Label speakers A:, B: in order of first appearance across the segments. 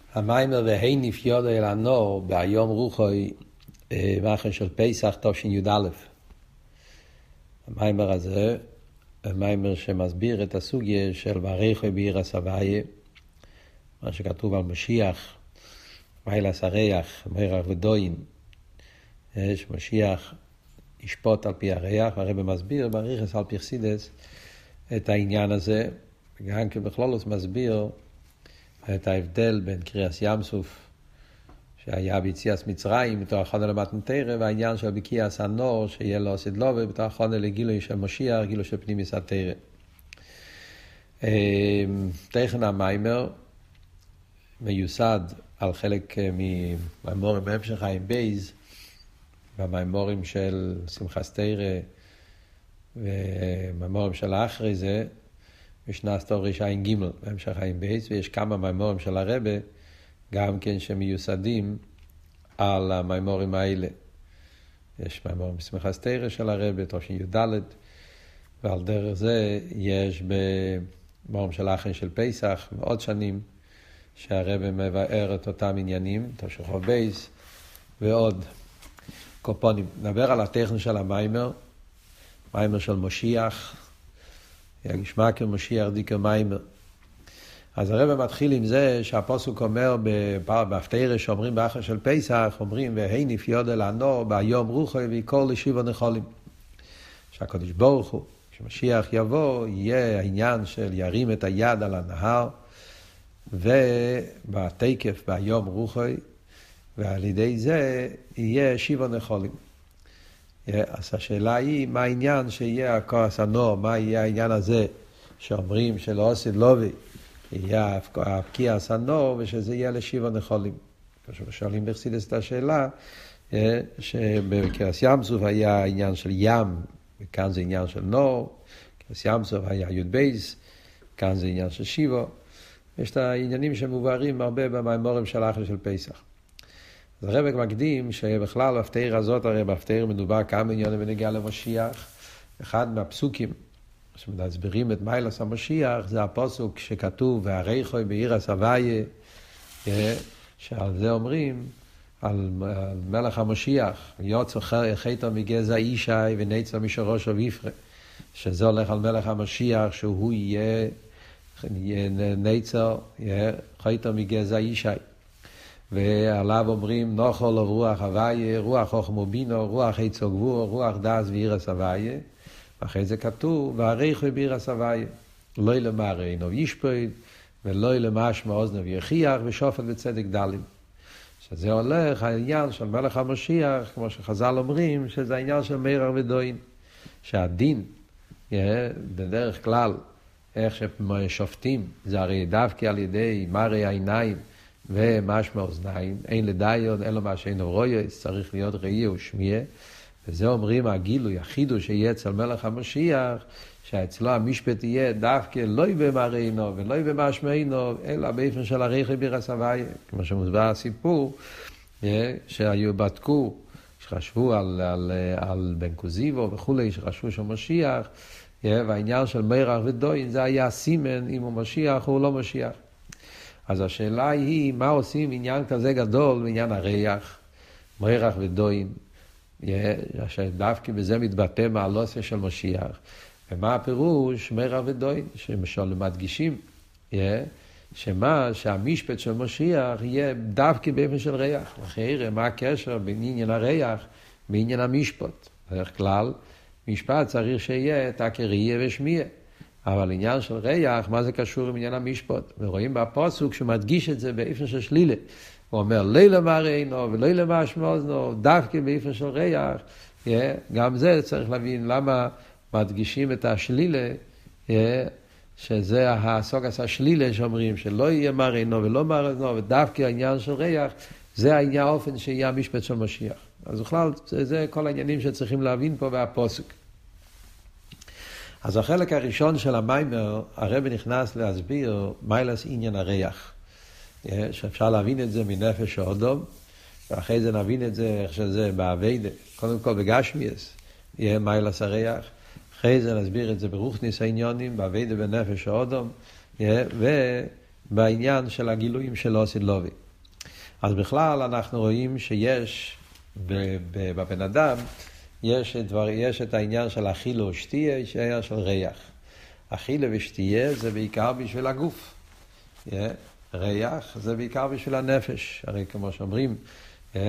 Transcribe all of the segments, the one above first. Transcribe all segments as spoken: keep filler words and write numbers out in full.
A: המיימר והניף יודו אל הנור ביום רוחוי מאחר של פסח תשי"א. המיימר הזה, המיימר שמסביר את הסוגיה של ועריכוי בעיר הסבייה, מה שכתוב על משיח, מיילס הריח, מרח ודוין, שמשיח ישפוט על פי הריח, והרבא מסביר בריחס על פי חסידס את העניין הזה, וגם כבכלולוס מסביר את ההבדל בין קריאס ים סוף שהיה ביציאת מצרים בתור הכנה למתן תורה, והעניין של בקיעס הנור שיהיה לו סדלובה בתור הכנה לגילוי של משיח, גילוי של פנימיוס התורה. תכן המיימר מיוסד על חלק מהמיימורים בהמשך חיים בייז, והמיימורים של שמחת תורה ומיימורים של האחרי זה משנה סתור רשעים ג' בהמשך חיים בייז, ויש כמה מיימורים של הרבא גם כן שמיוסדים על המיימורים האלה. יש מיימורים בשמחת תורה של הרבא תשי"ד, ועל דרך זה יש במיימורים של האחרי של פסח מאוד שנים שהרבא מבאר את אותם עניינים, תש"ח בייז ועוד קופונים. נדבר על הטכן של המיימר, מיימר של משיח, יגשמה כמשיח דיקר מיימר. אז הרבא מתחיל עם זה שהפסוק אומר בהפטרה שאומרים באחר של פסח, אומרים והניף יודו אל הנור ביום רוחוי ויקרא לשבעה נחלים. שהקדוש ברוך הוא, כשמשיח יבוא, יהיה העניין של ירים את היד על הנהר, ובתקף ביום רוחוי, ועל ידי זה יהיה שבעה נחלים. אז השאלה היא, מה העניין שיהיה הכעס הנור, מה יהיה העניין הזה שאומרים שלא עושה לובי, יהיה הכעס הנור ושזה יהיה לשבעה נחלים. כששואלים בחסידות את השאלה, שבכעס ים סוף היה העניין של ים, וכאן זה עניין של נור, כעס ים סוף היה י' בייס, כאן זה עניין של שבעה. יש את העניינים שמובהרים הרבה במיימורים של האחר של פסח. אז הרבא מקדים שבכלל בהפטרה הזאת, הרי בהפטרה מדובר כמה עניינים בנגיעה למשיח. אחד מהפסוקים שמסבירים את מיילס המשיח זה הפסוק שכתוב ועריכוי בעיר הסבייה, שעל זה אומרים על, על מלך המשיח, יוצא חטא מגזע אישי ונצר משורשו ויפרא, שזה הולך על מלך המשיח שהוא יהיה, יהיה נצר, יהיה חטא מגזע אישי. ועליו אומרים נוחו לו רוח הוויה, רוח חוכמה ובינה, רוח עצה וגבורה, רוח דעת ועיר הסבייה. ואחרי זה כתוב ועריכוי בעיר הסבייה, לא למראה עינו ישפוט ולא למשמע אוזנו ויוכיח ושופט בצדק דלים. שזה הולך העניין של מלך המשיח, כמו שחז"ל אומרים, שזה העניין של מרח ודוין, שהדין בדרך כלל איך ששופטים זה הרי דווקא על ידי מראה העיניים ומשמע אוזניים, אין לדיון, אין לו מה שאינו רואה, צריך להיות ראייה ושמיעה. וזה אומרים הגילוי, החידוש שיהיה אצל מלך המשיח, שאצלו המשפט יהיה דווקא לא במראה עינו ולא במשמע עינו, אלא באופן של עריכוי בעיר הסבייה. כמו שמוסבר הסיפור, שהיו בדקו, שחשבו על, על, על בן קוזיבו וכולי, שחשבו שהוא משיח, והעניין של מרח ודוין, זה היה סימן אם הוא משיח או לא משיח. אז השאלה היא, מה עושים עניין כזה גדול בעניין הריח, מרח ודוין, שדווקא בזה מתבטא מעלוסיה של משיח, ומה הפירוש מרח ודוין, שמשל מדגישים, שמה, שהמשפט של משיח יהיה דווקא באופן של ריח. אחרי, מה הקשר בין עניין הריח בעניין המשפט? בדרך כלל, משפט צריך שיהיה תקריה ושמיעה. אבל עניין של ריח, מה זה קשור עם עניין המשפט? ורואים בפסוק שמדגיש את זה באופן של שלילה. הוא אומר, לא למראה עינו ולא למשמע אוזנו, דווקא באופן של ריח. גם זה צריך להבין למה מדגישים את השלילה, שזה הסוגס השלילה שאומרים, שלא יהיה מראה עינו ולא מראה אוזנו, ודווקא העניין של ריח, זה העניין האופן שיהיה המשפט של משיח. אז בכלל, זה כל העניינים שצריכים להבין פה בפסוק. אז החלק הראשון של המיימר, הרבא נכנס להסביר מיילס עניין הריח. שאפשר להבין את זה מנפש האדם, ואחרי זה נבין את זה איך שזה בעבודה. קודם כל בגשמיאס יהיה מיילס הריח, אחרי זה נסביר את זה ברוחניס העניונים, בעבודה בנפש האדם, בעניין של הגילויים של אוסיד לובי. אז בכלל אנחנו רואים שיש בבן אדם, יש, דבר, יש את העניין של אכילה ושתייה, שהיה של ריח. אכילה ושתייה זה בעיקר בשביל הגוף. Yeah. ריח זה בעיקר בשביל הנפש. הרי כמו שאומרים, yeah,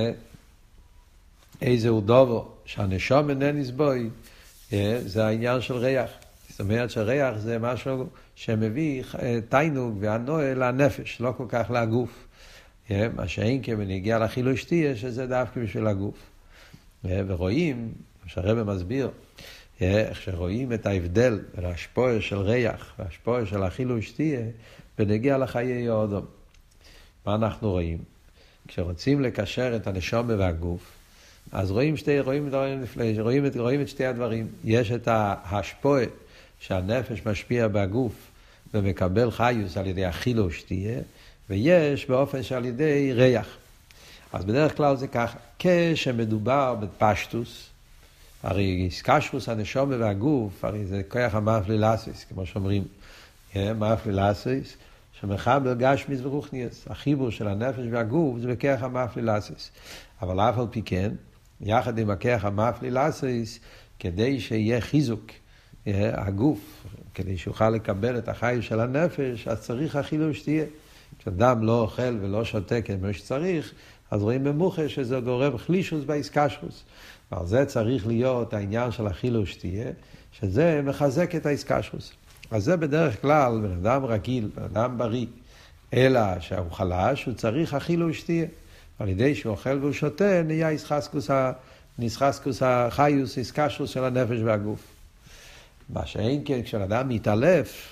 A: איזה הוא דובו, שהנשום אינני סבוי, yeah, זה העניין של ריח. זאת אומרת שריח זה משהו שמביא תיינוג והנועה לנפש, לא כל כך לגוף. Yeah, מה שאין כבנגיע לאכילה ושתייה, שזה דווקא בשביל הגוף. Yeah, ורואים, שהרבא מסביר, איך שרואים את ההבדל בין ההשפועה של ריח וההשפועה של אכילה ושתייה בנגיע לחיי האדם. מה אנחנו רואים? כשרוצים לקשר את הנשמה והגוף, אז רואים שתי, רואים דברים נפלאים, רואים את, רואים את שתי הדברים. יש את ההשפועה שהנפש משפיע בגוף ומקבל חיוס על ידי אכילה ושתייה, ויש באופן שעל ידי ריח. אז בדרך כלל זה ככה, כשמדובר בפשטוס, הרי איסקשרוס הנשמה והגוף, הרי זה כוח המאפלילסיס, כמו שאומרים, מאפלילסיס, שמחבר גשמיס ורוחניאס. החיבור של הנפש והגוף זה בכוח המאפלילסיס. אבל אף על פי כן, יחד עם הכוח המאפלילסיס, כדי שיהיה חיזוק הגוף, כדי שיוכל לקבל את החיים של הנפש, אז צריך אכילה ושתייה. כשאדם לא אוכל ולא שותה כמו שצריך, אז רואים במוחה שזה גורם חלישוס באיסקשרוס. ועל זה צריך להיות העניין של אכילה ושתייה, שזה מחזק את האיסקשרוס. אז זה בדרך כלל, בן אדם רגיל, בן אדם בריא, אלא שהוא חלש, הוא צריך אכילה ושתייה. על ידי שהוא אוכל והוא שותה, נהיה איסחסקוס החיוס, איסקשרוס של הנפש והגוף. מה שאין כן, כשאדם מתעלף,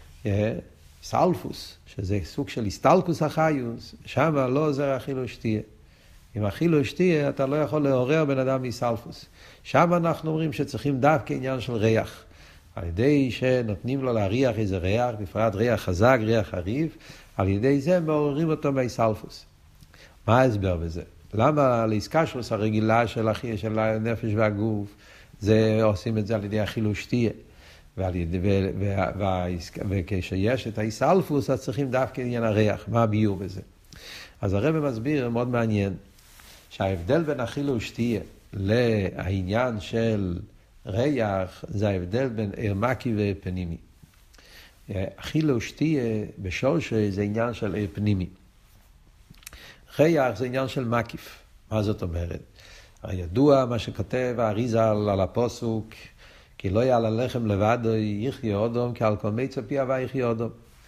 A: סלפוס, שזה סוג של הסתלקוס החיוס, שם לא עוזר אכילה ושתייה. אם אכילה ושתייה, אתה לא יכול לעורר בן אדם מסלפוס. שם אנחנו אומרים שצריכים דווקא עניין של ריח. על ידי שנותנים לו להריח איזה ריח, בפרט ריח חזק, ריח חריף, על ידי זה מעוררים אותו מסלפוס. מה ההסבר בזה? למה לאיסקשרוס הרגילה של, אחי, של הנפש והגוף, זה עושים את זה על ידי אכילה ושתייה? וכשיש את האיסלפוס, אז צריכים דווקא עניין הריח. מה הביור בזה? אז הרב מסביר, מאוד מעניין, שההבדל בין אכילה ושתייה לעניין של ריח, זה ההבדל בין ערמקי ופנימי. אכילה ושתייה בשורש זה עניין של ער פנימי. ריח זה עניין של מקיף. מה זאת אומרת? הידוע מה שכתב האריזל על הפסוק, כי לא יעל הלחם לבד יחיה אדם, כי על כל מיצה פי הווה יחיה אדם.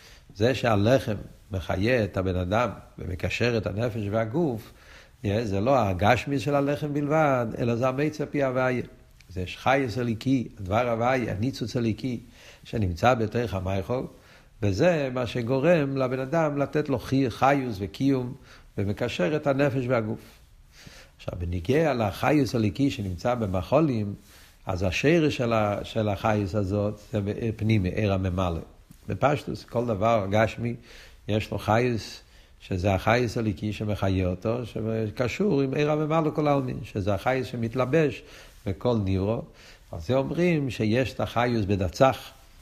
A: זה שהלחם מחיה את הבן אדם ומקשר את הנפש והגוף, זה לא הגשמי של הלחם בלבד, אלא זה המיצה פי הווה. זה חייס אליקי, הדבר הווה, הניצוץ אליקי, שנמצא בתוך המייכול, וזה מה שגורם לבן אדם לתת לו חיוס וקיום, ומקשר את הנפש והגוף. עכשיו, בניגיע לחיוס אליקי שנמצא במחולים, אז השרש של, ה, של החייס הזאת זה פנימי, ער הממלא. בפשטוס, כל דבר גשמי, יש לו חייס, שזה החייס הליקי שמחיה אותו, שקשור עם ער הממלא כל העלמין, שזה החייס שמתלבש בכל נברו. אז זה אומרים שיש את החייס בדצח,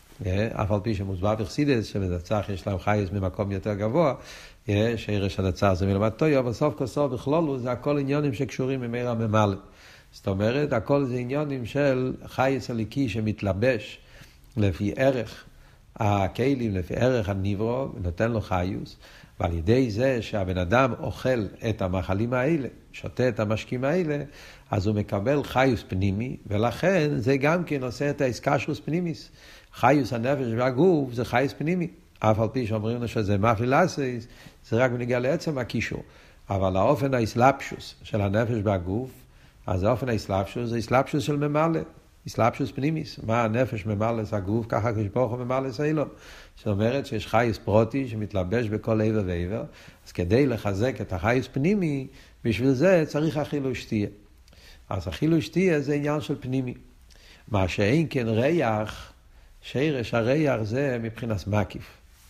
A: אף על פי שמוסבר בחסידות, שבדצח יש להם חייס ממקום יותר גבוה, שרש הדצח זה מלמטו, אבל סוף כל סוף בכלולו, זה הכל עניונים שקשורים עם ער הממלא. זאת אומרת, הכל זה עניונים של חייס הליקי שמתלבש לפי ערך הכלים, לפי ערך הנברו, ונותן לו חיוס, ועל ידי זה שהבן אדם אוכל את המאכלים האלה, שותה את המשקים האלה, אז הוא מקבל חיוס פנימי, ולכן זה גם כן עושה את האיסקשרוס פנימיס. חיוס הנפש והגוף זה חייס פנימי. אף על פי שאומרים לו שזה מאפלילסיס, זה רק בנגיע לעצם הקישור. אבל האופן האסלאפשוס של הנפש והגוף, אז האופן האסלאפשוס זה אסלאפשוס של ממלא, אסלאפשוס פנימיס. מה הנפש ממלא זה הגוף, ככה כשברוך הוא ממלא זה אילון. זאת אומרת שיש חייס פרוטי שמתלבש בכל עבר ועבר, אז כדי לחזק את החייס פנימי, בשביל זה צריך אכילה ושתייה. אז אכילה ושתייה זה עניין של פנימי. מה שאין כן ריח, שרש הריח זה מבחינת מקיף.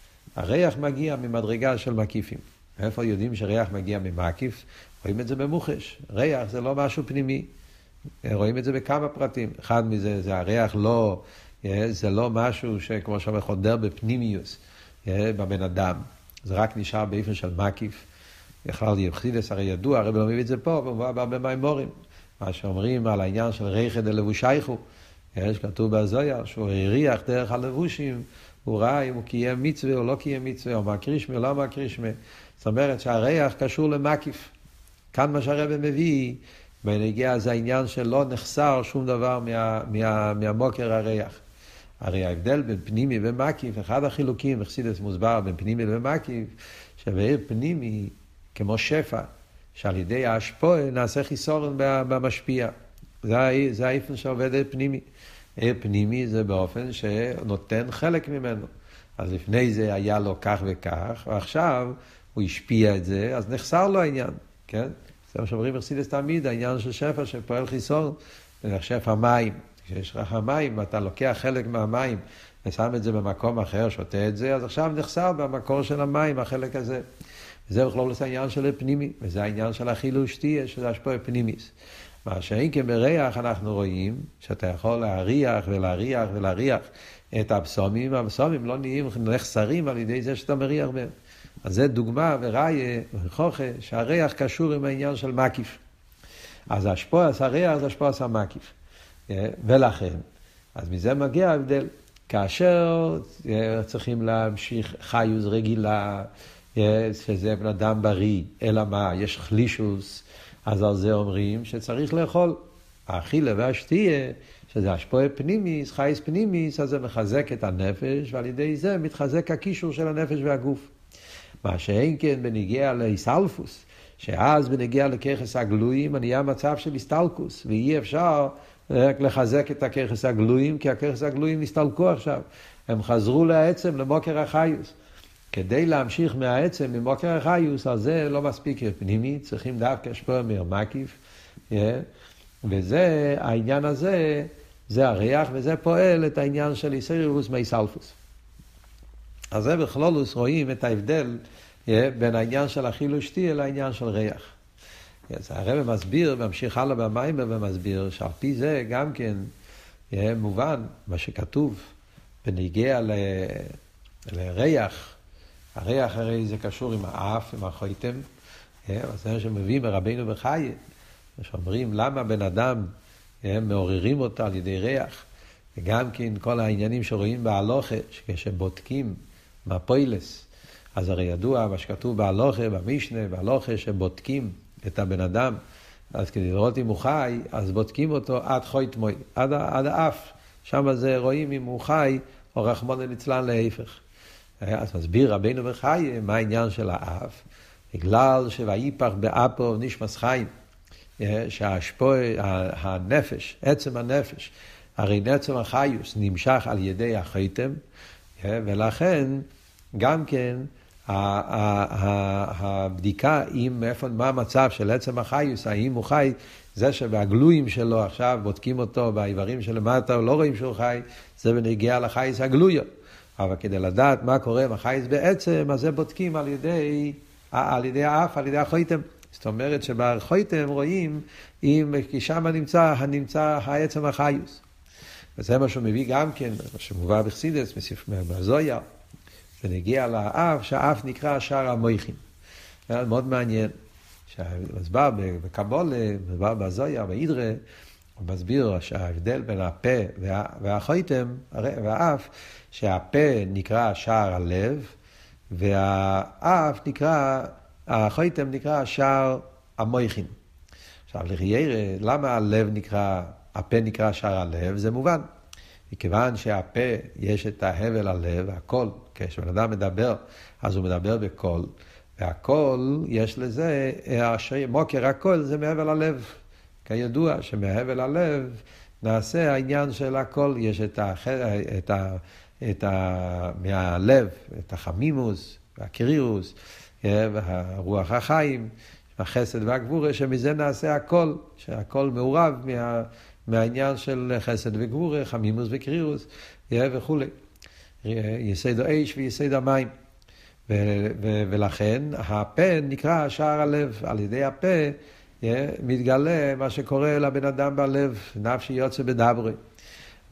A: הריח מגיע ממדרגה של מקיפים. איפה יודעים שריח מגיע ממקיף? רואים את זה במוחש. ריח זה לא משהו פנימי. רואים את זה בכמה פרטים. אחד מזה זה הריח לא, זה לא משהו שכמו שאומר חודר בפנימיוס בבן אדם. זה רק נשאר באופן של מקיף. בכלל יחסידס הרי ידוע, הרב לא מביא את זה פה, במובא בהרבה מימורים. מה שאומרים על העניין של ריחא דלבושייכו, יש כתוב בזויה, שהוא הריח דרך הלבושים, הוא ראה אם הוא קיים מצווה או לא קיים מצווה, או מהקרישמה או לא מהקרישמה. זאת אומרת שהריח קשור למקיף. כאן מה שהרב מביא, בנגיע זה העניין שלא נחסר שום דבר מה, מה, מהמוקר הריח. הרי ההבדל בין פנימי ומקיף, אחד החילוקים, בחסידות מוסבר בין פנימי ומקיף, שבעיר פנימי, כמו שפע, שעל ידי ההשפעה נעשה חיסורן במשפיע. זה, זה האופן שעובד פנימי. עיר פנימי זה באופן שנותן חלק ממנו. אז לפני זה היה לו כך וכך, ועכשיו הוא השפיע את זה, אז נחסר לו העניין. כן? זה מה שאומרים בחסידות תמיד, העניין של שפע שפועל חיסורן, זה שפע מים. כשיש לך מים, אתה לוקח חלק מהמים ושם את זה במקום אחר, שותה את זה, אז עכשיו נחסר במקור של המים, החלק הזה. וזה בכלול את העניין של הפנימי, וזה העניין של החילוש תהיה, שזה השפוע פנימיס. מה שאין כבריח אנחנו רואים, שאתה יכול להריח ולהריח ולהריח את הבשמים, הבשמים לא נהיים נחסרים על ידי זה שאתה מריח בהם. אז זה דוגמה וראיה וכוחה, שהריח קשור עם העניין של מקיף. אז השפוע הריח זה השפוע המקיף. ולכן, אז מזה מגיע ההבדל. כאשר צריכים להמשיך חיוס רגילה, שזה בן אדם בריא, אלא מה? יש חלישוס, אז על זה אומרים שצריך לאכול. האכילה והשתייה, שזה השפוע פנימיס, חייס פנימיס, אז זה מחזק את הנפש, ועל ידי זה מתחזק הקישור של הנפש והגוף. מה שאין כן בנגיע להיסלפוס, שאז בנגיע לככס הגלויים, נהיה מצב של הסתלקוס, ואי אפשר רק לחזק את הככס הגלויים, כי הככס הגלויים נסתלקו עכשיו. הם חזרו לעצם, למוקר החיוס. כדי להמשיך מהעצם, ממוקר החיוס, אז זה לא מספיק פנימי, צריכים דווקא השפוע מקיף. וזה, העניין הזה, זה הריח, וזה פועל את העניין של איסרירוס מהיסלפוס. אז זה בכלולוס רואים את ההבדל בין העניין של החילוש תהיה לעניין של ריח. אז הרב מסביר, ממשיך הלאה במים ומסביר, שעל פי זה גם כן יהיה מובן מה שכתוב, בנגיע ל... לריח, הריח הרי זה קשור עם האף, עם החויתם, אז זה שמביא מרבינו בחיי, שאומרים למה בן אדם מעוררים אותו על ידי ריח, וגם כן כל העניינים שרואים בהלוכה, כשבודקים מהפוילס, אז הרי ידוע מה שכתוב בהלוכה, במשנה, בהלוכה שבודקים את הבן אדם, אז כדי לראות אם הוא חי, אז בודקים אותו עד חויתמוי, עד, עד האף, שם זה רואים אם הוא חי, או רחמנא ליצלן להיפך. אז מסביר רבינו בחיי מה העניין של האף, בגלל שויפח באפו נשמס חיים, שהשפוע, הנפש, עצם הנפש, הרי עצם החיוס נמשך על ידי החויתם, ולכן גם כן הבדיקה עם איפה, מה המצב של עצם החיוס, האם הוא חי, זה שבגלויים שלו עכשיו בודקים אותו באיברים שלמטה, לא רואים שהוא חי, זה בנגיע לחייס הגלויה. אבל כדי לדעת מה קורה עם החייס בעצם, אז זה בודקים על ידי, על ידי האף, על ידי החויתם. זאת אומרת שבחויתם רואים אם שם נמצא, נמצא העצם החיוס. וזה מה שהוא מביא גם כן, מה שמובא בחסידות, מהזויה, ונגיע לאף, שהאף נקרא שער המויכין. זה מאוד מעניין. שמסבר בקבולה, מסבר בזויה, בהידרה, הוא מסביר שההבדל בין הפה וה, והחויתם, והאף, שהפה נקרא שער הלב, והאף נקרא, החויתם נקרא שער המויכין. עכשיו, לחיירה, למה הלב נקרא, הפה נקרא שער הלב? זה מובן. מכיוון שהפה יש את ההבל הלב, הקול, כשבן אדם מדבר, אז הוא מדבר בקול, והקול יש לזה, מוקר הקול זה מהבל הלב. כידוע שמהבל הלב נעשה העניין של הקול, יש את ה, את ה, את ה, מהלב, את החמימוס, והקרירוס, והרוח החיים, החסד והגבורה, שמזה נעשה הקול, שהקול מעורב מה, מהעניין של חסד וגבורה, חמימוס וקרירוס, וכו'. יסד האש ויסד המים. ו- ו- ולכן הפה נקרא שער הלב, על ידי הפה מתגלה מה שקורה לבן אדם בלב, נפשי יוצא בדברי.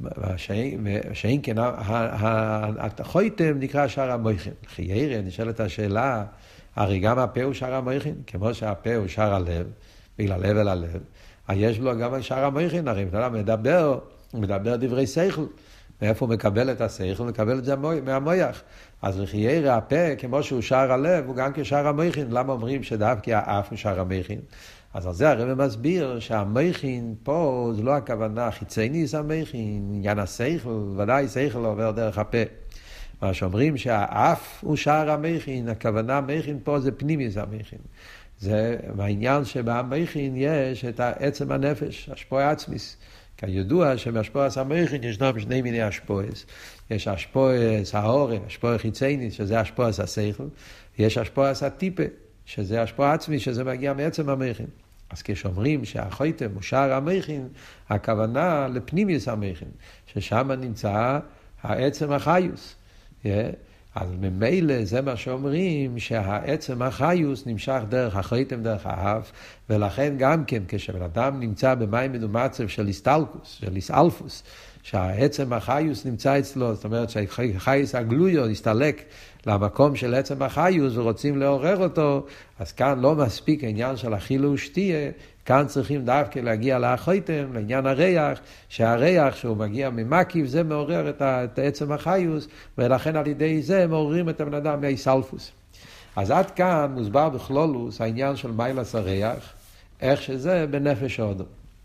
A: שאין כן, החויתם נקרא שער המויכין. חיירה, נשאלת השאלה, הרי גם הפה הוא שער המויכין, כמו שהפה הוא שער הלב, בגלל לב אל הלב, יש לו גם שער המויכין, הרי הוא מדבר, הוא מדבר דברי שכל, מאיפה הוא מקבל את השכל? הוא מקבל את זה מהמויח. אז לחיירה, הפה, כמו שהוא שער הלב, הוא גם כשער המויכין. למה אומרים שדווקא האף הוא שער המויכין? אז על זה הרב מסביר שהמויכין פה זה לא הכוונה חיצייניס המויכין, עניין השכל, ודאי שכל עובר דרך הפה. מה שאומרים שהאף הוא שער המויכין, הכוונה המויכין פה זה פנימיס המויכין. זה העניין שבמויכין יש את עצם הנפש, השפוע עצמיס. כידוע שבהשפועס המויכין ישנם שני מיני השפועס. יש השפועס האורה, השפוע חיצייניס, שזה השפועס השכל, ויש השפועס הטיפה, שזה השפוע עצמי, שזה מגיע מעצם המויכין. אז כשאומרים שהחויתם הוא שער המויכין, הכוונה לפנימיוס המויכין, ששם נמצא העצם החיוס. אז ממילא זה מה שאומרים, שהעצם החיוס נמשך דרך החויתם, דרך האף, ולכן גם כן כשבן אדם נמצא במים מדומצב של הסטלקוס, של הסאלפוס, שהעצם החיוס נמצא אצלו, זאת אומרת שהחייס הגלויו הסתלק למקום של עצם החיוס ורוצים לעורר אותו, אז כאן לא מספיק העניין של אכילה ושתייה, כאן צריכים דווקא להגיע לאחויתם, לעניין הריח, שהריח שהוא מגיע ממקיף, זה מעורר את, ה, את עצם החיוס, ולכן על ידי זה מעוררים את הבן אדם מהסלפוס. אז עד כאן מוסבר בכלולוס העניין של מיילס הריח, איך שזה בנפש האדם.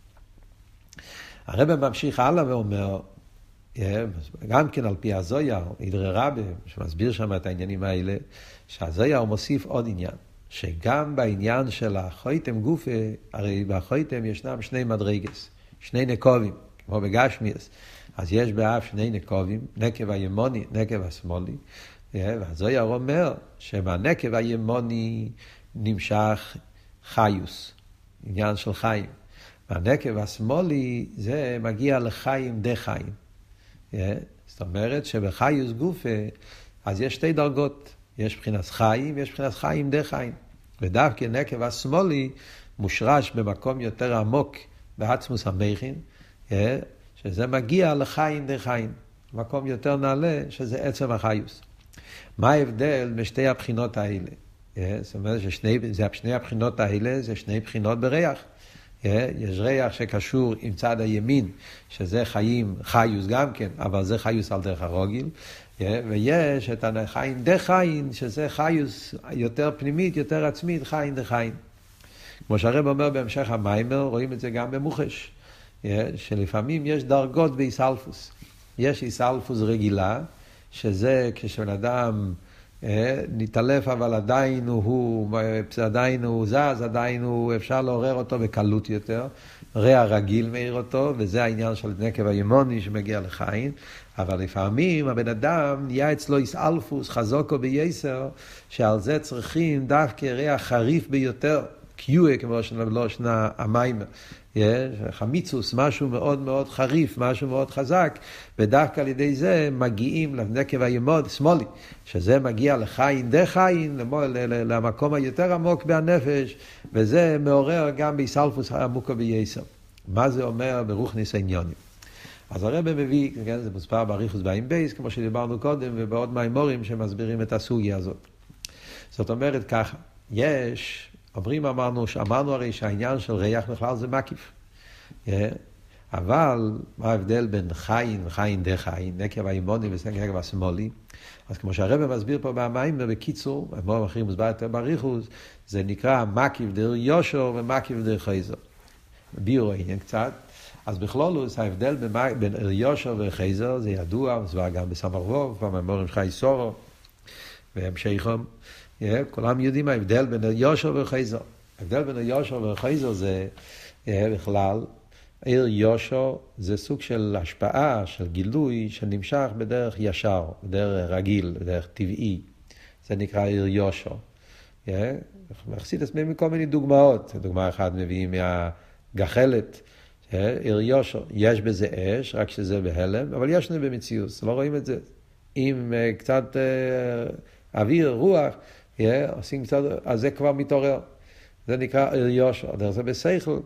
A: הרב ממשיך הלאה ואומר, גם כן על פי הזויה, אידרי רבי, שמסביר שם את העניינים האלה, שהזויה הוא מוסיף עוד עניין, שגם בעניין של החויתם גופה, הרי בחויתם ישנם שני מדרגס, שני נקובים, כמו בגשמיאס, אז יש באף שני נקובים, נקב הימוני, נקב השמאלי, והזויה אומר שבנקב הימוני נמשך חיוס, עניין של חיים. והנקב השמאלי זה מגיע לחיים די חיים. Yeah. זאת אומרת שבחיוס גופה, אז יש שתי דרגות. יש בחינת חיים, יש בחינת חיים די חיים. ודווקא נקב השמאלי מושרש במקום יותר עמוק בעצמוס המכין, yeah, שזה מגיע לחיים די חיים. מקום יותר נעלה שזה עצם החיוס. מה ההבדל בשתי הבחינות האלה? Yeah, זאת אומרת ששני, זה שני הבחינות האלה, זה שני בחינות בריח. יש ריח שקשור עם צד הימין, שזה חיים, חיוס גם כן, אבל זה חיוס על דרך הרוגיל, ויש את החיים דה חיים, שזה חיוס יותר פנימית, יותר עצמית, חיים דה חיים. כמו שהרב אומר בהמשך המיימר, רואים את זה גם במוחש, שלפעמים יש דרגות באיסלפוס. יש איסלפוס רגילה, שזה כשבן אדם נתעלף, אבל עדיין הוא, עדיין הוא זז, עדיין הוא, אפשר לעורר אותו בקלות יותר. ריח רגיל מאיר אותו, וזה העניין של נקב הימוני שמגיע לחיים. אבל לפעמים הבן אדם נהיה אצלו איסאלפוס, חזוקו בייסר, שעל זה צריכים דווקא ריח חריף ביותר, קיואה כמו שלושנה המים. חמיצוס, משהו מאוד מאוד חריף, משהו מאוד חזק, ודווקא על ידי זה מגיעים לנקב הימוד, שמאלי, שזה מגיע לחיים די חיים, למקום היותר עמוק בהנפש, וזה מעורר גם באיסלפוס עמוקו בייסר. מה זה אומר ברוחניס העניונים? אז הרב מביא, כן, זה מוסבר באריכוס בעין בייס, כמו שדיברנו קודם, ובעוד מימורים שמסבירים את הסוגיה הזאת. זאת אומרת ככה, יש... אומרים, אמרנו, שאמרנו הרי שהעניין של ריח בכלל זה מקיף. אבל מה ההבדל בין חיים וחיים די חיים, נקב הימוני ונקב השמאלי? אז כמו שהרב מסביר פה במים, בקיצור, אמרו אחרים מוסבר יותר בריחוס, זה נקרא מקיף דר יושר ומקיף דר חייזר. ביור העניין קצת. אז בכלולוס ההבדל בין יושר וחייזר זה ידוע, מוסבר גם בסמ"ך ווב, במאמרים חי סורו והמשכם. Yeah, כולם יודעים ההבדל בין יושר וחייזר. ההבדל בין יושר וחייזר זה yeah, בכלל, עיר יושר זה סוג של השפעה, של גילוי, שנמשך בדרך ישר, בדרך רגיל, בדרך טבעי. זה נקרא עיר יושר. Yeah, מחסיד עצמי מכל מיני דוגמאות. דוגמה אחת מביאים מהגחלת, yeah, עיר יושר. יש בזה אש, רק שזה בהלם, אבל יש לנו במציאות, לא רואים את זה. עם uh, קצת uh, אוויר, רוח, yeah, עושים קצת, אז זה כבר מתעורר. זה נקרא עיר יושר. דרך זה בשכל,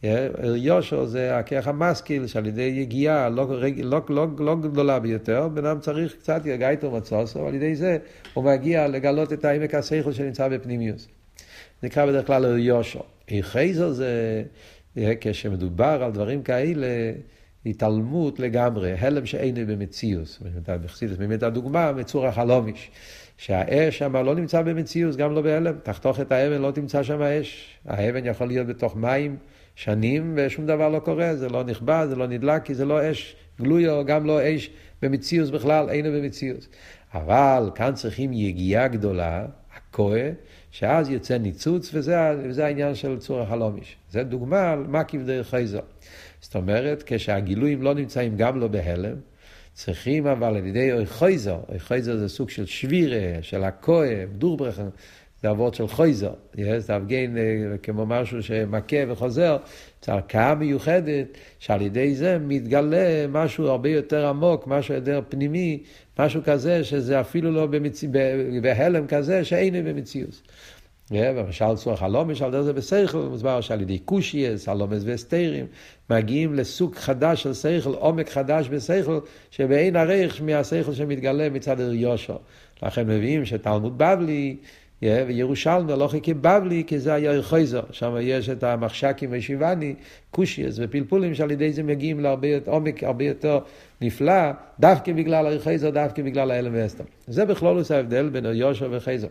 A: יושר זה הכרך המשכיל, שעל ידי יגיעה לא, לא, לא, לא גדולה ביותר, בן אדם צריך קצת יגעיתו מצוס, אבל על ידי זה הוא מגיע לגלות את העמק השכל שנמצא בפנימיוס. זה נקרא בדרך כלל יושר. חייזר זה, כשמדובר על דברים כאלה, התעלמות לגמרי, הלם שאינו במציאוס. באמת הדוגמה, מצור החלומיש. שהאש שם לא נמצא במציאוס, גם לא בהלם. תחתוך את האבן, לא תמצא שם האש. האבן יכול להיות בתוך מים שנים, ושום דבר לא קורה. זה לא נכבה, זה לא נדלק, כי זה לא אש גלויה, גם לא אש במציאוס בכלל, אינו במציאוס. אבל כאן צריכים יגיעה גדולה, הכוה, שאז יוצא ניצוץ, וזה, וזה העניין של צור החלומיש. זה דוגמה על מקיף דרך חייזר. זאת אומרת, כשהגילויים לא נמצאים גם לא בהלם, צריכים אבל על ידי אוי חייזר, אוי חייזר זה סוג של שבירה, של הכוה, דורברכה, זה עבוד של חייזר, זה אבגן כמו משהו שמכה וחוזר, זה ערכאה מיוחדת, שעל ידי זה מתגלה משהו הרבה יותר עמוק, משהו יותר פנימי, משהו כזה שזה אפילו לא במציא, בהלם כזה שאינו במציאות. ומשל צור החלומש, על זה בשכל, מוסבר שעל ידי קושייס, הלומס וסתירים, מגיעים לסוג חדש של שכל, עומק חדש בשכל, שבאין ערך מהשכל שמתגלה מצד יושר. לכן מביאים שתלמוד בבלי, וירושלמי לא חיכה בבלי, כי זה היה חייזר. שם יש את המחשקים וישיבני, קושייס ופלפולים, שעל ידי זה מגיעים להרבה עומק הרבה יותר נפלא, דווקא בגלל החייזר, דווקא בגלל ההלם והסתר. זה בכלולוס ההבדל בין יושר וחייזר.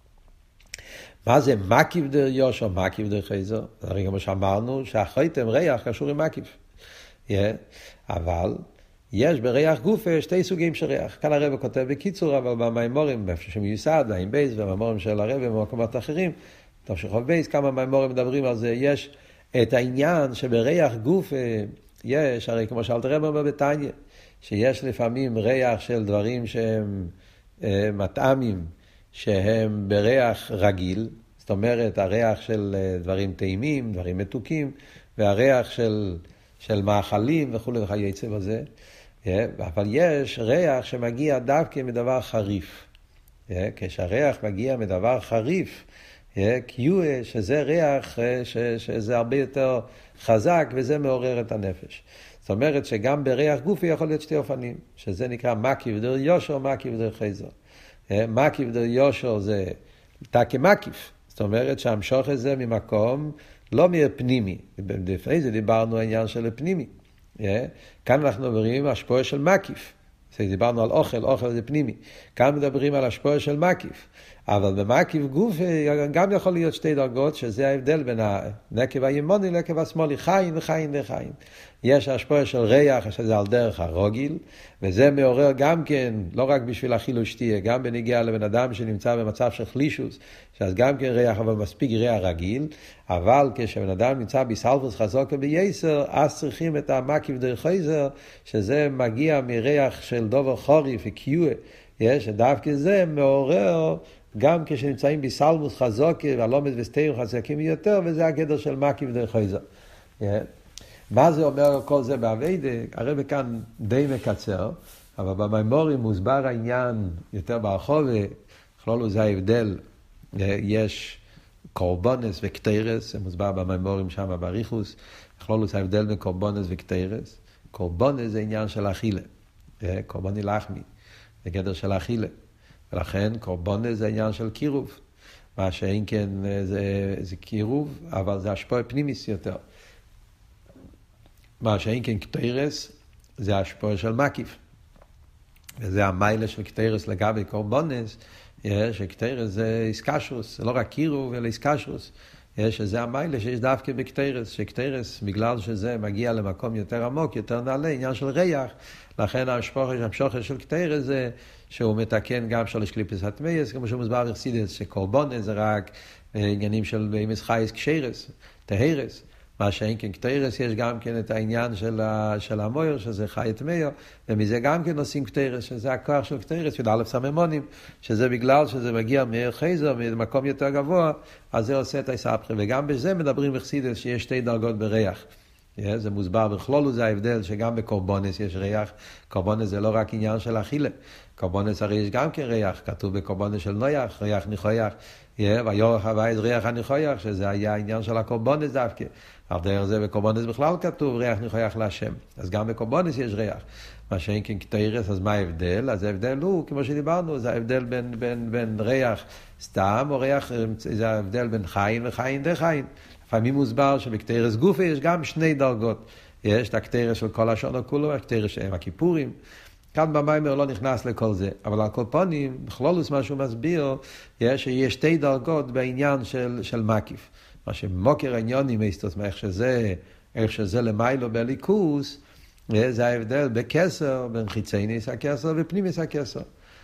A: מה זה מקיף דר יושר, מקיף דר חייזר? הרי כמו שאמרנו, שהחייתם ריח קשור עם מקיף. Yeah. אבל יש בריח גופה שתי סוגים של ריח. כאן הרב כותב בקיצור, אבל במיימורים, איפה שמיוסד, עם בייס, ובמיימורים של הרב במקומות אחרים, טוב שחוב בייס, כמה מיימורים מדברים על זה, יש את העניין שבריח גופה, יש, הרי כמו שאלת הרב אומר בתניא, שיש לפעמים ריח של דברים שהם אה, מטעמים, שהם בריח רגיל, זאת אומרת, הריח של דברים טעימים, דברים מתוקים, והריח של, של מאכלים וכו' וכייצא בזה. אבל יש ריח שמגיע דווקא מדבר חריף. כשהריח מגיע מדבר חריף, קיואה, שזה ריח שזה הרבה יותר חזק, וזה מעורר את הנפש. זאת אומרת שגם בריח גופי יכול להיות שתי אופנים, שזה נקרא מקיף דר יושר, מקיף דר חייזר. מקיף דר יושר זה תקי מקיף, זאת אומרת שהמשוך את זה ממקום לא מהפנימי. לפני זה דיברנו העניין של הפנימי. כאן אנחנו מדברים על השפוע של מקיף. דיברנו על אוכל, אוכל זה פנימי. כאן מדברים על השפוע של מקיף. אבל במקיף גוף גם יכול להיות שתי דרגות, שזה ההבדל בין הנקב הימוני לנקב השמאלי, חיין וחיין וחיין. יש השפוע של ריח, שזה על דרך הרוגיל, וזה מעורר גם כן, לא רק בשביל אכילו שתייה, גם בנגיעה לבן אדם שנמצא במצב של חלישוס, שאז גם כן ריח, אבל מספיק ריח רגיל, אבל כשבן אדם נמצא בסלפוס חזוקה בייסר, אז צריכים את המקיף דרך חייזר, שזה מגיע מריח של דובר חוריף וקיואה, יש, דווקא זה מעורר גם כשנמצאים בסלמוס חזוקה, והלומד וסתירים חזקים יותר, וזה הגדר של מקיף דרך חייזר. מה זה אומר כל זה בעבודה? הרב כאן די מקצר, אבל במיימורים מוסבר העניין יותר ברחוב, וכלולו זה ההבדל, יש קורבונס וקטרס, זה מוסבר במיימורים שם בריחוס, כלולו זה ההבדל בין קורבונס וקטרס. קורבונס זה עניין של אכילה, קורבוני לחמי, זה גדר של אכילה, ולכן קורבונס זה עניין של קירוב, מה שאין כן זה, זה קירוב, אבל זה השפוע פנימיס יותר. מה שאין כן קטרס, זה השפוע של מקיף. וזה המיילה של קטרס לגבי קורבונס, שקטרס זה איסקשוס, זה לא רק קירוב, אלא איסקשוס. שזה המיילה שיש דווקא בקטרס, שקטרס, בגלל שזה מגיע למקום יותר עמוק, יותר נעלה, עניין של ריח, לכן המשוחר של קטרס זה שהוא מתקן גם שלוש קליפס התמייס, כמו שמוסבר בחסידות, שקורבונס זה רק עניינים של אימס חייס קשרס, טהרס. מה שאין כן קטרס, יש גם כן את העניין של, ה, של המויר, שזה חי את מאיר, ומזה גם כן עושים קטרס, שזה הכוח של קטרס, י"א סממונים, שזה בגלל שזה מגיע מאיר חייזר, ממקום יותר גבוה, אז זה עושה את היסבכה, וגם בזה מדברים בחסידות שיש שתי דרגות בריח. זה מוסבר בכלולו, זה ההבדל שגם בקורבונס יש ריח, קורבונס זה לא רק עניין של אכילה, קורבונס הרי יש גם כן ריח, כתוב בקורבונס של נויח, ריח ניחויח, ויורך הווי את ריח הניחויך, שזה היה העניין של הקורבנס דווקא. על דרך זה בקורבנס בכלל כתוב ריח ניחויך להשם. אז גם בקורבנס יש ריח. מה שאין כן כתירס, אז מה ההבדל? אז ההבדל הוא, כמו שדיברנו, זה ההבדל בין, בין, בין ריח סתם, או ריח, זה ההבדל בין חיין וחיין דה חיין. לפעמים מוסבר שבכתירס גופה יש גם שני דרגות. יש את הכתירס של כל השונה כולו, הכתירס שהם הכיפורים. כאן במיימר לא נכנס לכל זה, אבל על כל פנים, בכלולוס מה שהוא מסביר, יש שיש שתי דרגות בעניין של, של מקיף. מה שמוקר העניונים, איך שזה, איך שזה למיילו בליכוס, זה ההבדל בקסר, בין חיצי ניס הקסר ופנימיס הקסר.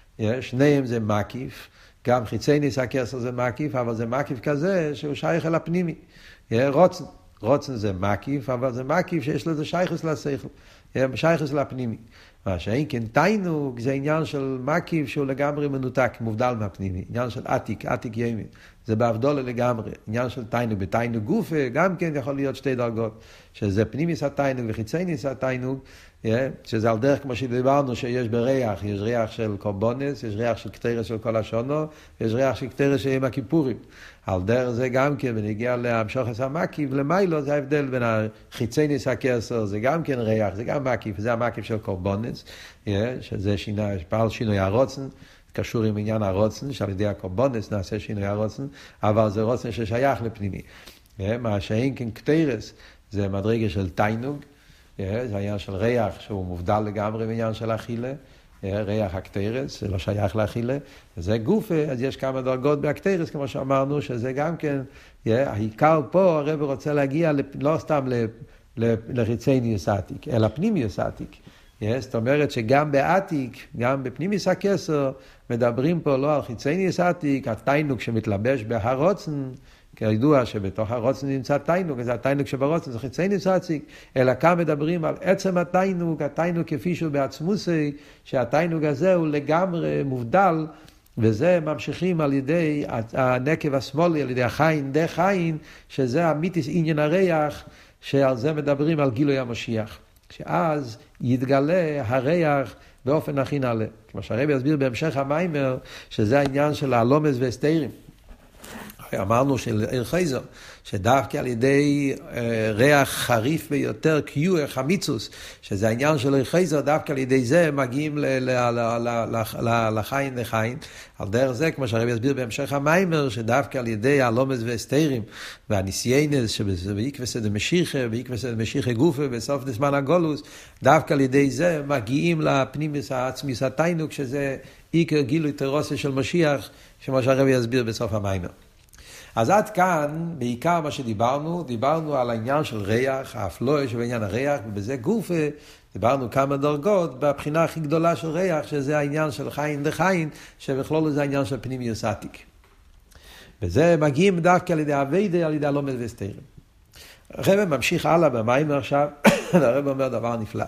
A: שניהם זה מקיף, גם חיצי ניס הקסר זה מקיף, אבל זה מקיף כזה שהוא שייך אל הפנימי. רוצן, רוצן זה מקיף, אבל זה מקיף שיש לו זה שייכס לשכל, שייכס לפנימי. מה שאין כן תיינוג זה עניין של מקיף שהוא לגמרי מנותק, מובדל מהפנימי. עניין של עתיק, עתיק ימין. זה בהבדולה לגמרי. עניין של תיינוג, בתיינוג גופה גם כן יכול להיות שתי דרגות. שזה פנימיס התיינוג וחיצייניס התיינוג, שזה על דרך כמו שדיברנו שיש בריח, יש ריח של קורבנס, יש ריח של כתירס של כל השונו, יש ריח של כתירס שהם הכיפורים. על דרך זה גם כן, ונגיע להמשוך המקיף, למיילו זה ההבדל בין החיצייניס הקסר, זה גם כן ריח, זה גם מקיף, זה המקיף של קורבנס, שזה שינה, פעל שינוי הרוצן, קשור עם עניין הרוצן, שעל ידי הקורבנס נעשה שינוי הרוצן, אבל זה רוצן ששייך לפנימי. מה שאין כן כתירס, זה מדרגה של תיינוג, זה העניין של ריח שהוא מובדל לגמרי בעניין של אכילה, ריח הכתירס, זה לא שייך לאכילה, זה גופה, אז יש כמה דרגות בהכתירס, כמו שאמרנו, שזה גם כן, העיקר פה הרב רוצה להגיע לא סתם לחיצייניוס עתיק, אלא פנימיוס עתיק. זאת אומרת שגם בעתיק, גם בפנימיוס הקסר, מדברים פה לא על חיצייניוס עתיק, התיינוג שמתלבש בהרוצן, כידוע שבתוך הרוצן נמצא תיינוג, אז התיינוג שברוצן זה חיצייניוס עתיק, אלא כאן מדברים על עצם התיינוג, התיינוג כפי שהוא בעצמוסי, שהתיינוג הזה הוא לגמרי מובדל, וזה ממשיכים על ידי הנקב השמאלי, על ידי החיין, דה חיין, שזה המיתיס עניין הריח, שעל זה מדברים על גילוי המשיח. שאז יתגלה הריח באופן הכי נעלה. כמו שהרבי יסביר בהמשך המיימר, שזה העניין של הלומס והסתירים. אמרנו של ארחייזר, שדווקא על ידי אה, ריח חריף ביותר, קיור חמיצוס, שזה העניין של ארחייזר, דווקא על ידי זה מגיעים ל- ל- ל- ל- ל- לחיין לחיין. על דרך זה, כמו שהרבי יסביר בהמשך המיימר, שדווקא על ידי הלומס והסתירים, והניסיינס, שבעיקבס דמשיחה, בעיקבס דמשיחה גופה, בסוף דזמן הגולוס, דווקא על ידי זה מגיעים לפנימיס העצמיס התיינוג, שזה עיקר גילוי תרוסה של משיח, כמו שהרבי יסביר בסוף המיימר. אז עד כאן, בעיקר מה שדיברנו, דיברנו על העניין של ריח, האפלוי שבעניין הריח, ובזה גופה, דיברנו כמה דרגות, בבחינה הכי גדולה של ריח, שזה העניין של חיין דחיין, שבכלול זה העניין של פנימיוס עתיק. וזה מגיעים דווקא על ידי הווידה, על ידי הלומד והסתירים. הרב ממשיך הלאה במיימר עכשיו, הרב אומר דבר נפלא.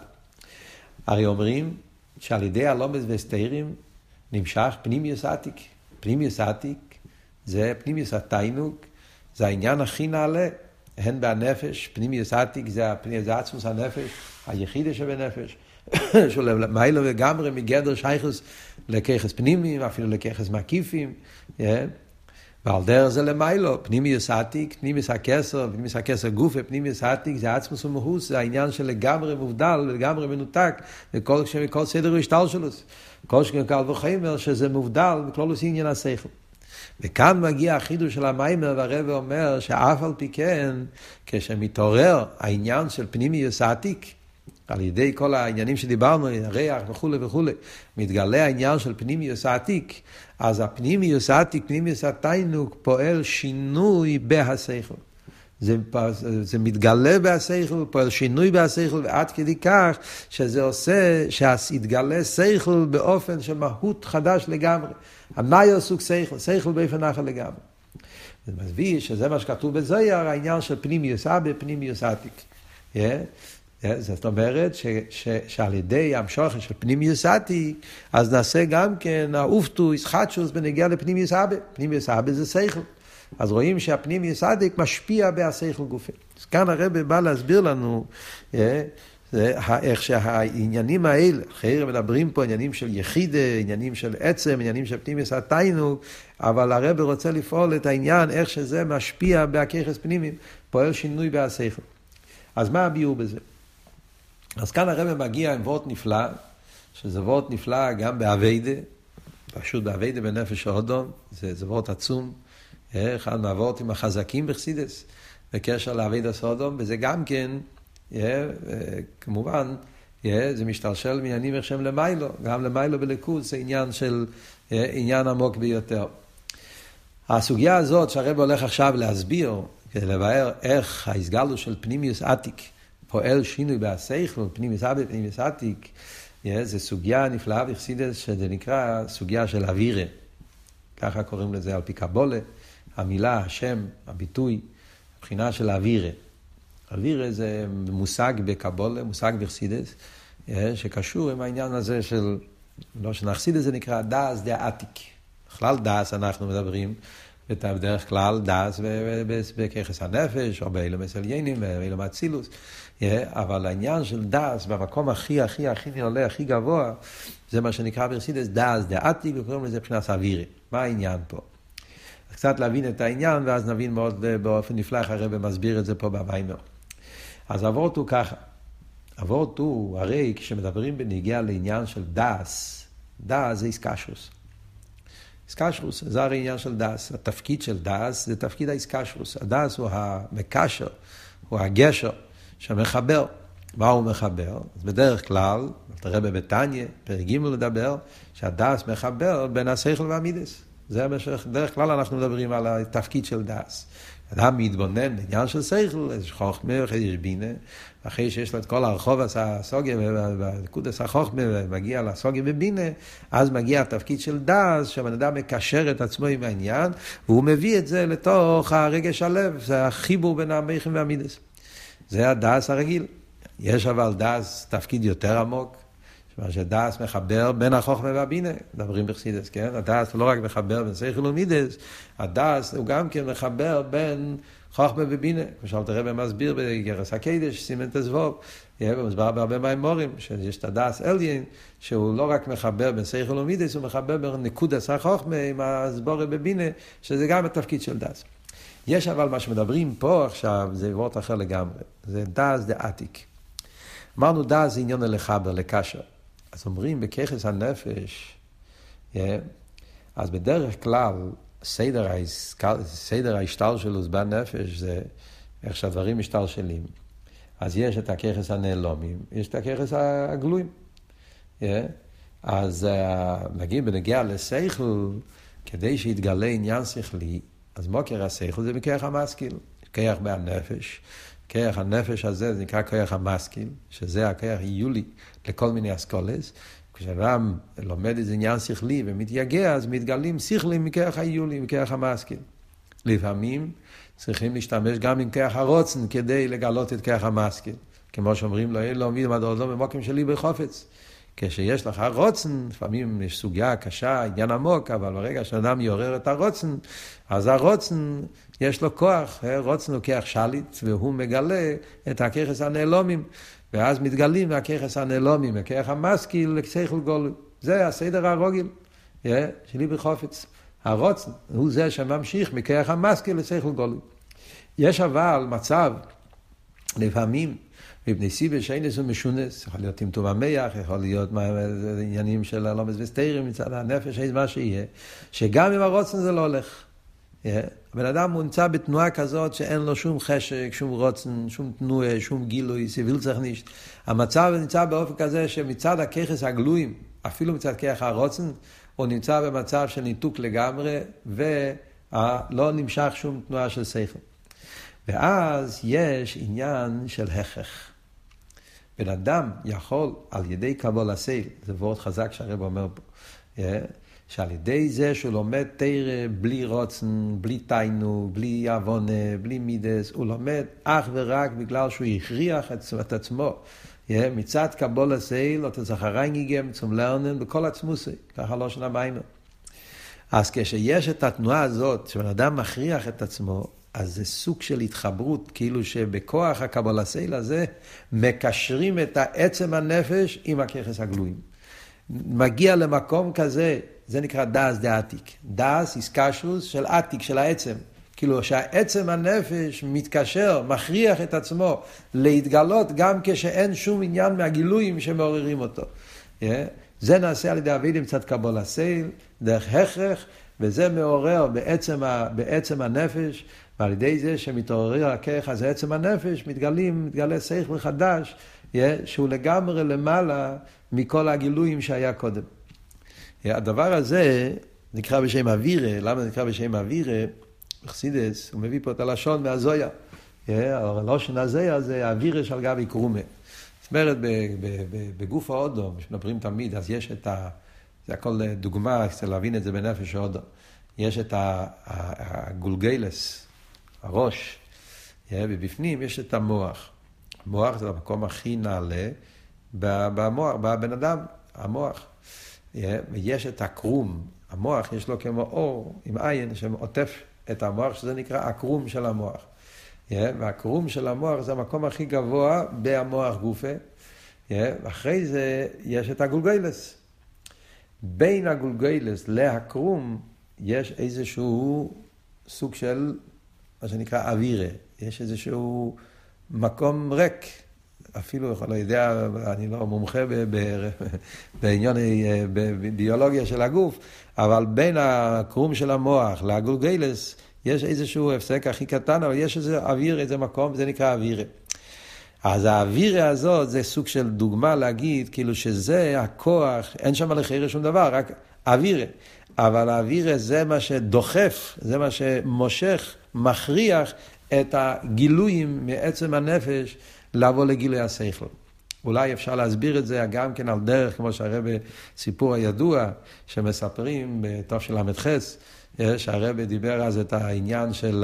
A: הרי אומרים שעל ידי הלומד והסתירים נמשך פנימיוס עתיק. פנימיוס עתיק זה פנימיוס התיינוג, זה העניין הכי נעלה, הן בנפש, פנימיוס עתיק זה, זה עצמוס הנפש, היחידה שבנפש, שהוא מיילו וגמרי מגדר שייכוס לכיחס פנימיים, אפילו לכיחס מקיפים, yeah. ועל דרך זה למיילו, פנימיוס עתיק, פנימיוס הקסר, פנימיוס הקסר גופה, פנימיוס עתיק, זה עצמוס ומהוס, זה העניין של לגמרי מובדל, לגמרי מנותק, וכל, כל סדר השתל שלו, כל שכן קל וחיימר, שזה מובדל, וכלול עושים עניין השכל. וכאן מגיע החידוש של המיימר, והרב אומר שאף על פי כן, כשמתעורר העניין של פנימיוס עתיק, על ידי כל העניינים שדיברנו, הריח וכו' וכו', מתגלה העניין של פנימיוס עתיק, אז הפנימיוס עתיק, פנימיוס התיינוג, פועל שינוי בהשכל. זה, זה מתגלה בהשכל, פועל שינוי בהשכל, ועד כדי כך שזה עושה, שהתגלה שכל באופן של מהות חדש לגמרי. המאיו סוג שכל, שכל באופן אחר לגמרי. זה מסביר שזה מה שכתוב בזוהר, העניין של פנימיוס אבא, פנימיוס עתיק. Yeah. זאת אומרת ש, ש, שעל ידי המשוכן של פנימיוס עתיק, אז נעשה גם כן האופטו, ישחטשוס בנגיע לפנימיוס אבא. פנימיוס אבא זה שכל. אז רואים שהפנימיוס עתיק משפיע בהשכל גופי. אז כאן הרב בא להסביר לנו, זה איך שהעניינים האלה, אחרי מדברים פה עניינים של יחידה, עניינים של עצם, עניינים של פנימיוס התיינוג, אבל הרב רוצה לפעול את העניין, איך שזה משפיע בהכיחס פנימיים, פועל שינוי בהשכל. אז מה הביאור בזה? אז כאן הרב מגיע עם וורט נפלא, שזה וורט נפלא גם באביידה, פשוט באביידה בנפש האודום, זה, זה וורט עצום, אחד מהוורטים החזקים בחסידס, בקשר לאביידה סודום, וזה גם כן, Yeah, כמובן, yeah, זה משתלשל מעניינים איך שהם למיילו, גם למיילו בליכוד זה עניין של, yeah, עניין עמוק ביותר. הסוגיה הזאת שהרב הולך עכשיו להסביר, כדי לבאר איך ההסגלו של פנימיוס עתיק פועל שינוי בהשכל, פנימיוס עתיק, פנימיוס עתיק, yeah, זה סוגיה נפלאה בחסידות שזה נקרא סוגיה של אווירה. ככה קוראים לזה על פי קבולה, המילה, השם, הביטוי, הבחינה של אווירה. אווירה זה מושג בקבולה, מושג בחסידות, שקשור עם העניין הזה של, לא שנחסידות זה נקרא דאס דה עתיק. בכלל דאס אנחנו מדברים, בדרך כלל דאס בכיחס הנפש, או באילומס עליינים, באילום אצילוס, אבל העניין של דאס במקום הכי הכי הכי נעלה, הכי גבוה, זה מה שנקרא בחסידות דאס דה עתיק, וקוראים לזה מבחינת אווירה. מה העניין פה? קצת להבין את העניין, ואז נבין מאוד באופן נפלא, הרב מסביר את זה פה במיימר. אז הוורט הוא ככה, הוורט הוא, הרי כשמדברים בנגיעה לעניין של דאס, דאס זה איסקשרוס. איסקשרוס זה הרי עניין של דאס, התפקיד של דאס זה תפקיד האיסקשרוס. הדאס הוא המקשר, הוא הגשר שמחבר. מה הוא מחבר? אז בדרך כלל, תראה בבתניה, פרק ג' לדבר, שהדאס מחבר בין השכל והמידס. זה בדרך כלל אנחנו מדברים על התפקיד של דאס. אדם מתבונן בעניין של שכל, יש חוכמה, יש בינה, אחרי שיש לו את כל הרחוב הסוגיה, והקודס החוכמה, ומגיע לסוגיה ובינה, אז מגיע התפקיד של דאס, שהבן אדם מקשר את עצמו עם העניין, והוא מביא את זה לתוך הרגש הלב, זה החיבור בין המייכים והמידס. זה הדאס הרגיל. יש אבל דאס תפקיד יותר עמוק, שדאס מחבר בין החוכמה והבינה, מדברים בחסידות, כן? הדאס הוא לא רק מחבר בין שכל ומידס, הדאס הוא גם כן מחבר בין חוכמה ובינה, כמו שאלת הרב מסביר בגרס הקדש, סימן תזבוב, ומסבר בהרבה מהאמורים, שיש את הדאס עליין, שהוא לא רק מחבר בין שכל ומידס, הוא מחבר בין נקודס החוכמה עם הסבורה בבינה, שזה גם התפקיד של דאס. יש אבל מה שמדברים פה עכשיו, זה וורט אחר לגמרי, זה דאס דה עתיק. אמרנו דאס זה עניין לחבר, לקשר. אז אומרים בכיחס הנפש, yeah, אז בדרך כלל סדר, סדר ההשתלשלות בנפש זה איך שהדברים משתלשלים. אז יש את הכיחס הנעלומים, יש את הכיחס הגלויים. Yeah. אז uh, נגיד בנגיע לשכל, כדי שיתגלה עניין שכלי, אז מוקר השכל זה בכיח המשכיל, כיח בהנפש. כיח הנפש הזה זה נקרא כיח המשכיל, שזה הכיח יולי לכל מיני אסכולס. כשאדם לומד איזה עניין שכלי ומתייגע, אז מתגלים שכלים מכיח היולי, מכיח המשכיל. לפעמים צריכים להשתמש גם עם כיח הרוצן כדי לגלות את כיח המשכיל. כמו שאומרים לו, לא עומד מדור לא במוקם שלי בחופץ. כשיש לך רוצן, לפעמים יש סוגיה קשה, עניין עמוק, אבל ברגע שאדם יורר את הרוצן, אז הרוצן יש לו כוח, רוצן הוא כיח שליט, והוא מגלה את הכיחס הנעלומים, ואז מתגלים מהכיחס הנעלומים, הכיח המשכיל לשכל גולוי. זה הסדר הרגיל, שלי בחופץ. הרוצן הוא זה שממשיך מכיח המשכיל לשכל גולוי. יש אבל מצב, לפעמים, מבני סיבה שאינס ומשונס, יכול להיות טמטום המח, יכול להיות עניינים של הלומס וסתירים מצד הנפש, מה שיהיה, שגם אם הרוצן זה לא הולך. הבן אדם הוא נמצא בתנועה כזאת שאין לו שום חשק, שום רוצן, שום תנועה, שום גילוי, סיביל צריך נישט. המצב נמצא באופן כזה שמצד הכיחס הגלויים, אפילו מצד כיח הרוצן, הוא נמצא במצב של ניתוק לגמרי, ולא נמשך שום תנועה של שכל. ואז יש עניין של הכרח. בן אדם יכול על ידי קבול הסייל, זה וורט חזק שהרב אומר פה, שעל ידי זה שהוא לומד תירה בלי רוצן, בלי תיינו, בלי אבונה, בלי מידס, הוא לומד אך ורק בגלל שהוא הכריח את עצמו. מצד קבול הסייל, אתה זכריים גיגם, צום לרנן, בכל עצמוסי, ככה לא שנה מיימר. אז כשיש את התנועה הזאת, שבן אדם מכריח את עצמו, אז זה סוג של התחברות, כאילו שבכוח הקבלה סייל הזה, מקשרים את העצם הנפש עם הכיחס הגלויים. מגיע למקום כזה, זה נקרא דאס דעתיק. דאס איסקשוס של עתיק, של העצם. כאילו שהעצם הנפש מתקשר, מכריח את עצמו להתגלות גם כשאין שום עניין מהגילויים שמעוררים אותו. Yeah. זה נעשה על ידי אבידים קצת קבלה סייל, דרך הכרח, וזה מעורר בעצם, ה, בעצם הנפש, ועל ידי זה שמתעורר הכרח הזה עצם הנפש, מתגלים, מתגלה שכל חדש, yeah, שהוא לגמרי למעלה מכל הגילויים שהיה קודם. Yeah, הדבר הזה נקרא בשם אווירה. למה נקרא בשם אווירה? בחסידס, הוא מביא פה את הלשון מהזויה. הלשון הזויה זה אווירה של גבי קרומה. זאת אומרת, בגוף האודו, כשמדברים תמיד, אז יש את ה... זה הכל דוגמה, כדי להבין את זה בנפש האודו. יש את הגולגלס, הראש, ובפנים יש את המוח. המוח זה המקום הכי נעלה במוח, בבן אדם, המוח. ויש את הקרום, המוח יש לו כמו אור עם עין שעוטף את המוח, שזה נקרא הקרום של המוח. והקרום של המוח זה המקום הכי גבוה במוח גופה. ואחרי זה יש את הגולגלס. בין הגולגלס להקרום יש איזשהו סוג של מה שנקרא אווירה. יש איזשהו מקום ריק. אפילו, אני לא יודע, אני לא מומחה בעניין ביולוגיה של הגוף, אבל בין הקרום של המוח לגולגלס יש איזשהו הפסק הכי קטן, אבל יש איזה אוויר, איזה מקום, זה נקרא אווירה. אז האווירה הזאת זה סוג של דוגמה להגיד, כאילו שזה הכוח, אין שם לחיירה שום דבר, רק אווירה. אבל האווירה זה מה שדוחף, זה מה שמושך, מכריח את הגילויים מעצם הנפש, לבוא לגילוי השכל. אולי אפשר להסביר את זה גם כן על דרך, כמו שהרבא סיפור הידוע, שמספרים בתוף של המתחס, שהרבא דיבר אז את העניין של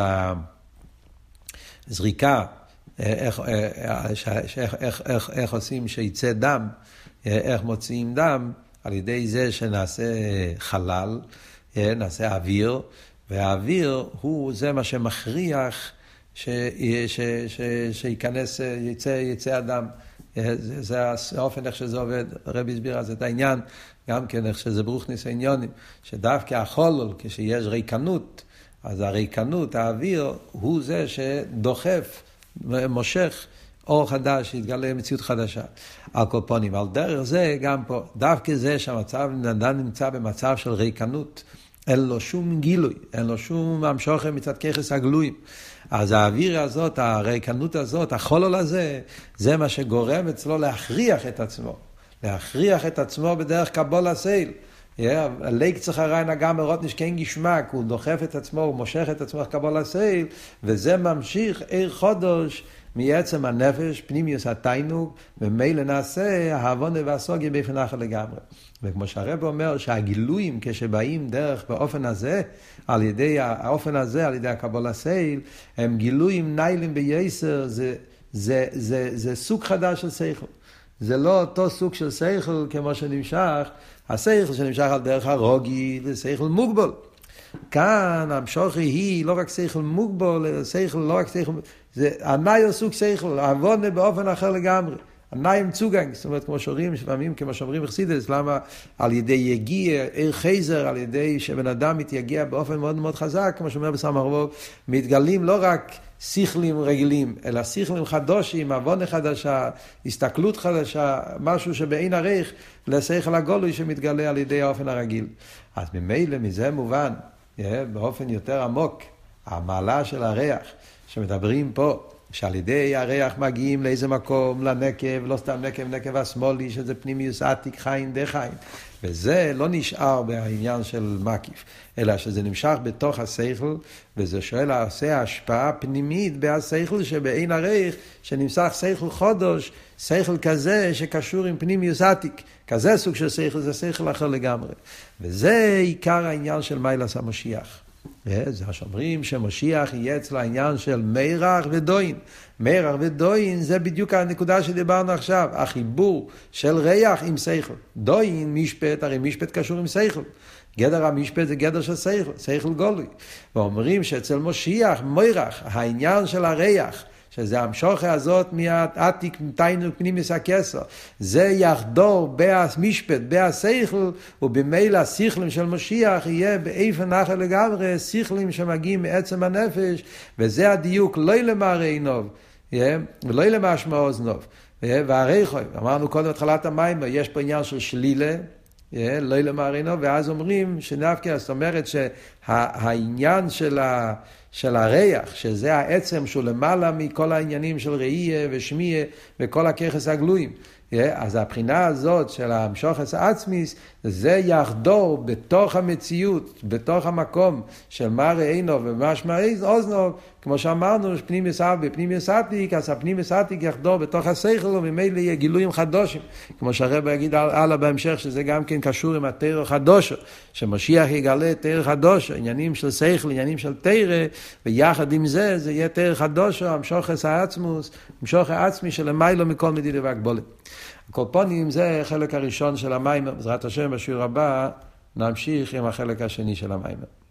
A: הזריקה, איך, איך, איך, איך, איך, איך עושים שיצא דם, איך מוציאים דם, על ידי זה שנעשה חלל, נעשה אוויר, והאוויר הוא זה מה שמכריח ש, ש, ש, שיכנס, יצא, יצא אדם. זה, זה האופן איך שזה עובד. הרבי הסביר אז את העניין, גם כן איך שזה ברוכניס העניונים, שדווקא החולל, כשיש ריקנות, אז הריקנות, האוויר, הוא זה שדוחף, מושך אור חדש, שיתגלה מציאות חדשה. על כל פונים, על דרך זה גם פה, דווקא זה שהמצב נדן נמצא במצב של ריקנות, אין לו שום גילוי, אין לו שום המשוכם מצד ככס הגלויים. אז האוויר הזאת, הריקנות הזאת, החולל הזה, זה מה שגורם אצלו להכריח את עצמו. להכריח את עצמו בדרך קבלה סייל. הליק צריך הרעין אגם מרות נשכן גשמק, הוא דוחף את עצמו, הוא מושך את עצמו קבלה סייל, וזה ממשיך עיר חודש מעצם הנפש, פנימיוס התיינוג, ומילא נעשה ההבונה והסוגיה באופן אחר לגמרי. וכמו שהרב אומר שהגילויים כשבאים דרך באופן הזה, על ידי האופן הזה, על ידי הקבלה סייל, הם גילויים ניילים בייסר, זה, זה, זה, זה סוג חדש של שכל. זה לא אותו סוג של שכל כמו שנמשך, השכל שנמשך על דרך הרוגי, זה שכל מוגבל. כאן המשוכי היא לא רק שכל מוגבל, שכל לא רק שכל, זה ענאי סוג שכל, עבונה באופן אחר לגמרי. ענאים צוגנג, זאת אומרת, כמו שאומרים, לפעמים כמו שאומרים בחסידות, למה על ידי יגיע, עיר חייזר, על ידי שבן אדם מתייגיע באופן מאוד מאוד חזק, כמו שאומר בסם הרבוב, מתגלים לא רק שכלים רגילים, אלא שכלים חדושים, עוונה חדשה, הסתכלות חדשה, משהו שבאין עריך לשכל הגולוי שמתגלה על ידי האופן הרגיל. אז ממילא מזה מובן, באופן יותר עמוק, המעלה של הריח, שמדברים פה, שעל ידי הריח מגיעים לאיזה מקום, לנקב, לא סתם נקב, נקב השמאלי, שזה פנימיוס עתיק חיים דה חיים. וזה לא נשאר בעניין של מקיף, אלא שזה נמשך בתוך השכל, וזה שואל עושה השפעה פנימית בהשכל שבאין הריח, שנמשך שכל חודש, שכל כזה שקשור עם פנימיוס עתיק. כזה סוג של שכל, זה שכל אחר לגמרי. וזה עיקר העניין של מיילס המשיח. זה שאומרים שמשיח יהיה אצל העניין של מירח ודוין. מירח ודוין זה בדיוק הנקודה שדיברנו עכשיו, החיבור של ריח עם שכל. דוין, משפט, הרי משפט קשור עם שכל. גדר המשפט זה גדר של שכל, שכל גולוי. ואומרים שאצל משיח, מוירח, העניין של הריח, שזה המשוכת הזאת מהעתיק תיינוק פנימיס הכסר, זה יחדור בהמשפט, בהשכל, ובמילא השכלים של משיח יהיה באיפן נחל לגמרי, שכלים שמגיעים מעצם הנפש, וזה הדיוק לא למראה עינוב, ולא למשמע אוזנוב. והרי חוי, אמרנו קודם התחלת המים, יש פה עניין של שלילה, לא למראה עינוב, ואז אומרים שנפקה, זאת אומרת שהעניין של ה... של הריח, שזה העצם שהוא למעלה מכל העניינים של ראייה ושמיעה וכל הככס הגלויים. אז הבחינה הזאת של המשוחס העצמיס, זה יחדור בתוך המציאות, בתוך המקום של מה ראינו ומה שמע אוזנו, כמו שאמרנו, פנים יסעב בפנים יסעתיק, אז הפנים יסעתיק יחדור בתוך השכל, וממילא יהיה גילויים חדושים. כמו שהרב יגיד הלאה בהמשך, שזה גם כן קשור עם התרא חדושו, שמשיח יגלה תרא חדושו, עניינים של שכל, עניינים של תרא, ויחד עם זה, זה יהיה תרא חדושו, המשוחס העצמוס, המשוחס העצמי שלמיילו מכל מדינה והגבולת. הקולפונים זה החלק הראשון של המים, בעזרת השם בשיעור הבא נמשיך עם החלק השני של המים.